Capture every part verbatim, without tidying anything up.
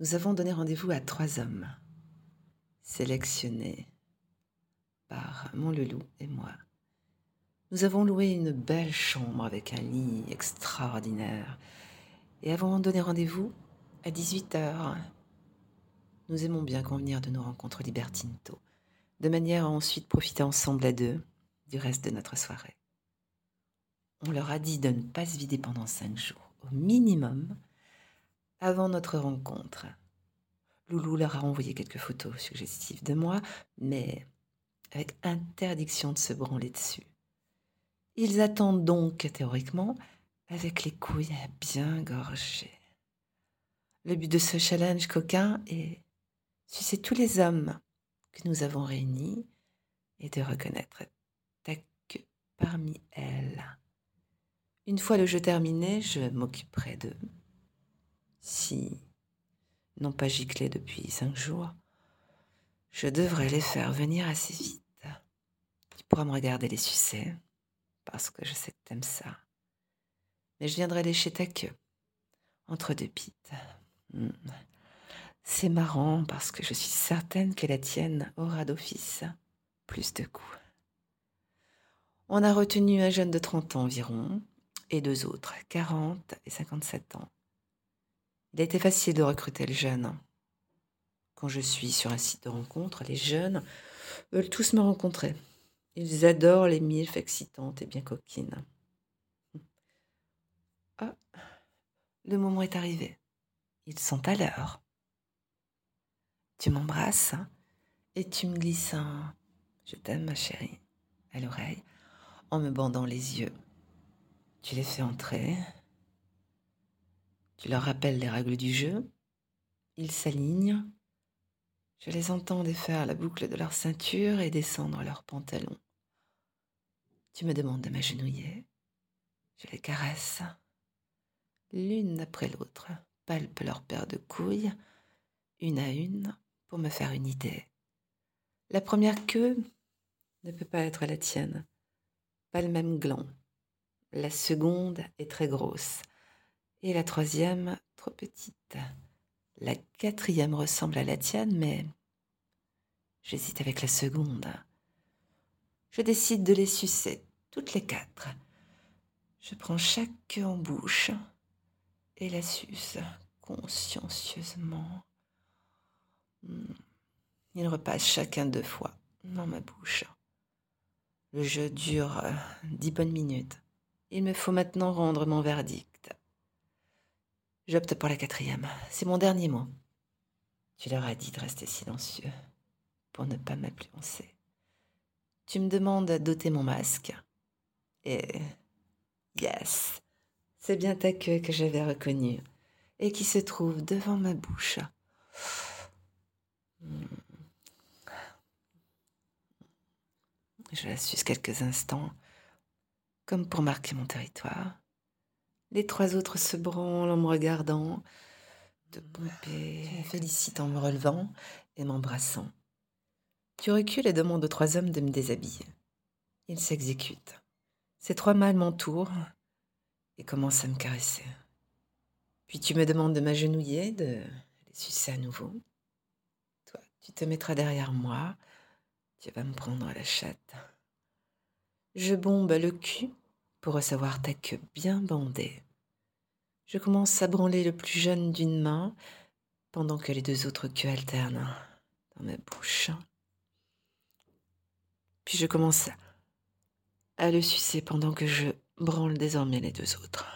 nous avons donné rendez-vous à trois hommes, sélectionnés par mon loulou et moi. Nous avons loué une belle chambre avec un lit extraordinaire et avons donné rendez-vous à dix-huit heures. Nous aimons bien convenir de nos rencontres libertines tôt, de manière à ensuite profiter ensemble à deux du reste de notre soirée. On leur a dit de ne pas se vider pendant cinq jours, au minimum, avant notre rencontre. Loulou leur a envoyé quelques photos suggestives de moi, mais avec interdiction de se branler dessus. Ils attendent donc, théoriquement, avec les couilles bien gorgées. Le but de ce challenge coquin est sucer tous les hommes que nous avons réunis et de reconnaître ta queue parmi elles. Une fois le jeu terminé, je m'occuperai d'eux. Si n'ont pas giclé depuis cinq jours, je devrais les faire venir assez vite. Tu pourras me regarder les sucer, parce que je sais que t'aimes ça. Mais je viendrai lécher ta queue, entre deux bites. Hmm. C'est marrant, parce que je suis certaine que la tienne aura d'office plus de coups. On a retenu un jeune de trente ans environ, et deux autres, quarante et cinquante-sept ans. Il a été facile de recruter le jeune. Quand je suis sur un site de rencontre, les jeunes veulent tous me rencontrer. Ils adorent les milfs excitantes et bien coquines. Ah, le moment est arrivé. Ils sont à l'heure. Tu m'embrasses et tu me glisses un « Je t'aime, ma chérie » à l'oreille en me bandant les yeux. Tu les fais entrer. Tu leur rappelles les règles du jeu. Ils s'alignent. Je les entends défaire la boucle de leur ceinture et descendre leurs pantalons. Tu me demandes de m'agenouiller. Je les caresse. L'une après l'autre, palpe leur paire de couilles, une à une, pour me faire une idée. La première queue ne peut pas être la tienne. Pas le même gland. La seconde est très grosse. Et la troisième, trop petite. La quatrième ressemble à la tienne, mais j'hésite avec la seconde. Je décide de les sucer, toutes les quatre. Je prends chaque queue en bouche et la suce consciencieusement. Ils repassent chacun deux fois dans ma bouche. Le jeu dure euh, dix bonnes minutes. Il me faut maintenant rendre mon verdict. J'opte pour la quatrième. C'est mon dernier mot. Tu leur as dit de rester silencieux pour ne pas m'influencer. Tu me demandes d'ôter mon masque. Et yes, c'est bien ta queue que j'avais reconnue et qui se trouve devant ma bouche. Je la suce quelques instants, comme pour marquer mon territoire. Les trois autres se branlent en me regardant, te pomper, me félicitent en me relevant et m'embrassant. Tu recules et demandes aux trois hommes de me déshabiller. Ils s'exécutent. Ces trois mâles m'entourent et commencent à me caresser. Puis tu me demandes de m'agenouiller, de les sucer à nouveau. Toi, tu te mettras derrière moi, tu vas me prendre la chatte. Je bombe le cul pour recevoir ta queue bien bandée. Je commence à branler le plus jeune d'une main, pendant que les deux autres queues alternent dans ma bouche. Puis je commence à le sucer pendant que je branle désormais les deux autres.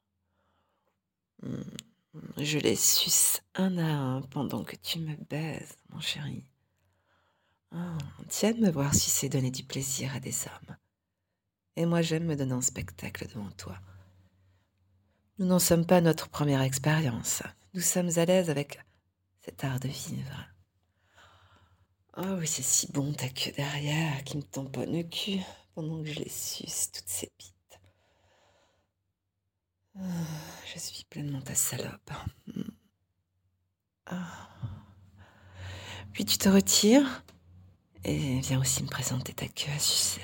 Je les suce un à un pendant que tu me baises, mon chéri. Oh, tu aimes me voir sucer donner du plaisir à des hommes. Et moi, j'aime me donner un spectacle devant toi. Nous n'en sommes pas à notre première expérience. Nous sommes à l'aise avec cet art de vivre. Oh oui, c'est si bon ta queue derrière qui me tamponne le cul pendant que je les suce, toutes ces bites. Oh, je suis pleinement ta salope. Oh. Puis tu te retires et viens aussi me présenter ta queue à sucer.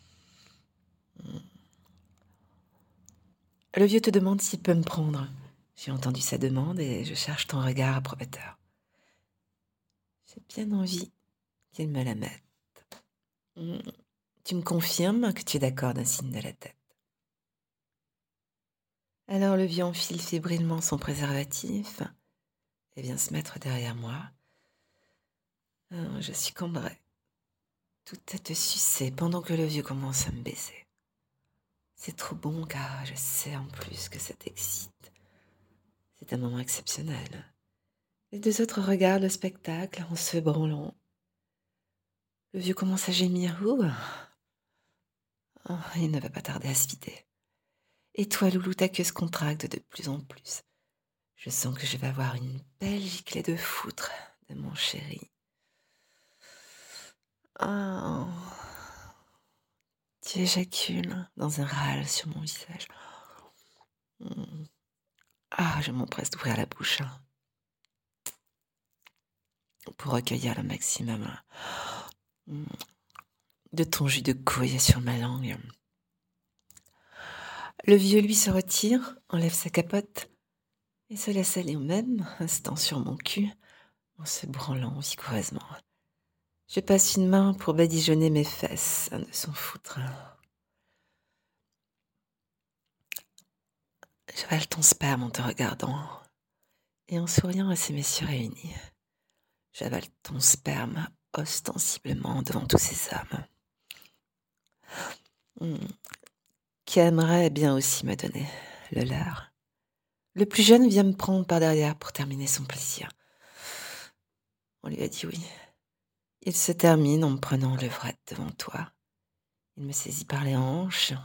Le vieux te demande s'il peut me prendre J'ai entendu sa demande et je cherche ton regard approbateur. J'ai bien envie qu'il me la mette. Hmm. Tu me confirmes que tu es d'accord d'un signe de la tête. Alors le vieux enfile fébrilement son préservatif et vient se mettre derrière moi. Ah, je suis cambrée, tout à te sucer pendant que le vieux commence à me baiser. C'est trop bon car je sais en plus que ça t'excite. C'est un moment exceptionnel. Les deux autres regardent le spectacle en se branlant. Le vieux commence à gémir. Ouh. Oh, il ne va pas tarder à se vider. Et toi, Loulou, ta queue se contracte de plus en plus. Je sens que je vais avoir une belle giclée de foutre de mon chéri. Oh. Tu éjacules dans un râle sur mon visage. Mm. Ah, je m'empresse d'ouvrir la bouche hein, pour recueillir le maximum mm, de ton jus de couille sur ma langue. Le vieux, lui, se retire, enlève sa capote et se laisse aller au même instant sur mon cul en se branlant vigoureusement. Je passe une main pour badigeonner mes fesses de son foutre. J'avale ton sperme en te regardant et en souriant à ces messieurs réunis. J'avale ton sperme ostensiblement devant tous ces hommes. Hmm. Qui aimerait bien aussi me donner le leur. Le plus jeune vient me prendre par derrière pour terminer son plaisir. On lui a dit oui. Il se termine en me prenant levrette devant toi. Il me saisit par les hanches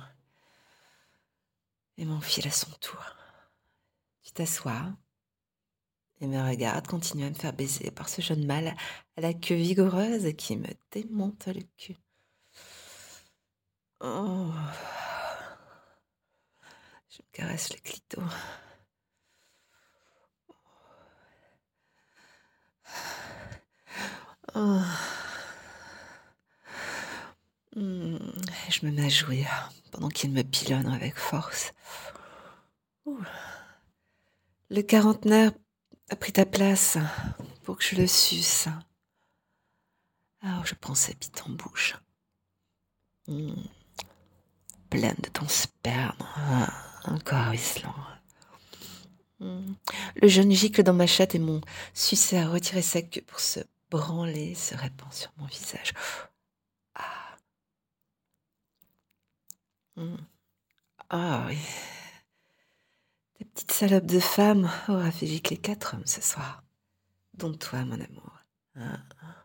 et m'enfile à son tour. Tu t'assois et me regardes continuer à me faire baiser par ce jeune mâle à la queue vigoureuse qui me démonte le cul. Oh. Je me caresse le clito. Oh. Mmh. Je me mets à jouer pendant qu'il me pilonne avec force. Ouh. Le quarantenaire a pris ta place pour que je le suce. Alors je prends sa bite en bouche. Mmh. Pleine de ton sperme. Ah, encore ruisselant. Mmh. Le jeune gicle dans ma chatte et mon sucé a retiré sa queue pour se branler, se répand sur mon visage. Ah, mmh. Ah oui. Ta petite salope de femme aura fait gicler quatre hommes ce soir, dont toi, mon amour. Ah.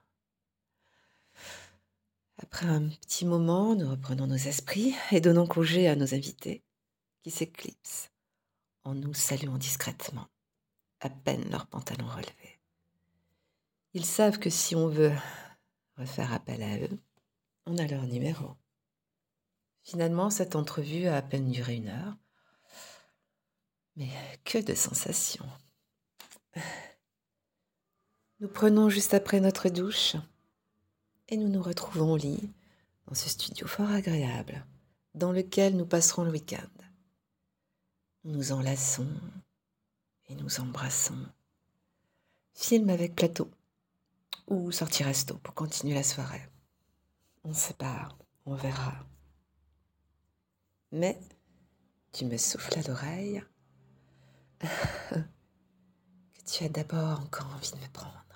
Après un petit moment, nous reprenons nos esprits et donnons congé à nos invités, qui s'éclipsent en nous saluant discrètement, à peine leurs pantalons relevés. Ils savent que si on veut refaire appel à eux, on a leur numéro. Finalement, cette entrevue a à peine duré une heure, mais que de sensations. Nous prenons juste après notre douche et nous nous retrouvons au lit, dans ce studio fort agréable, dans lequel nous passerons le week-end. Nous nous enlaçons et nous embrassons. Film avec plateau ou sortie resto pour continuer la soirée. On ne sait pas, on verra. Mais tu me souffles à l'oreille que tu as d'abord encore envie de me prendre.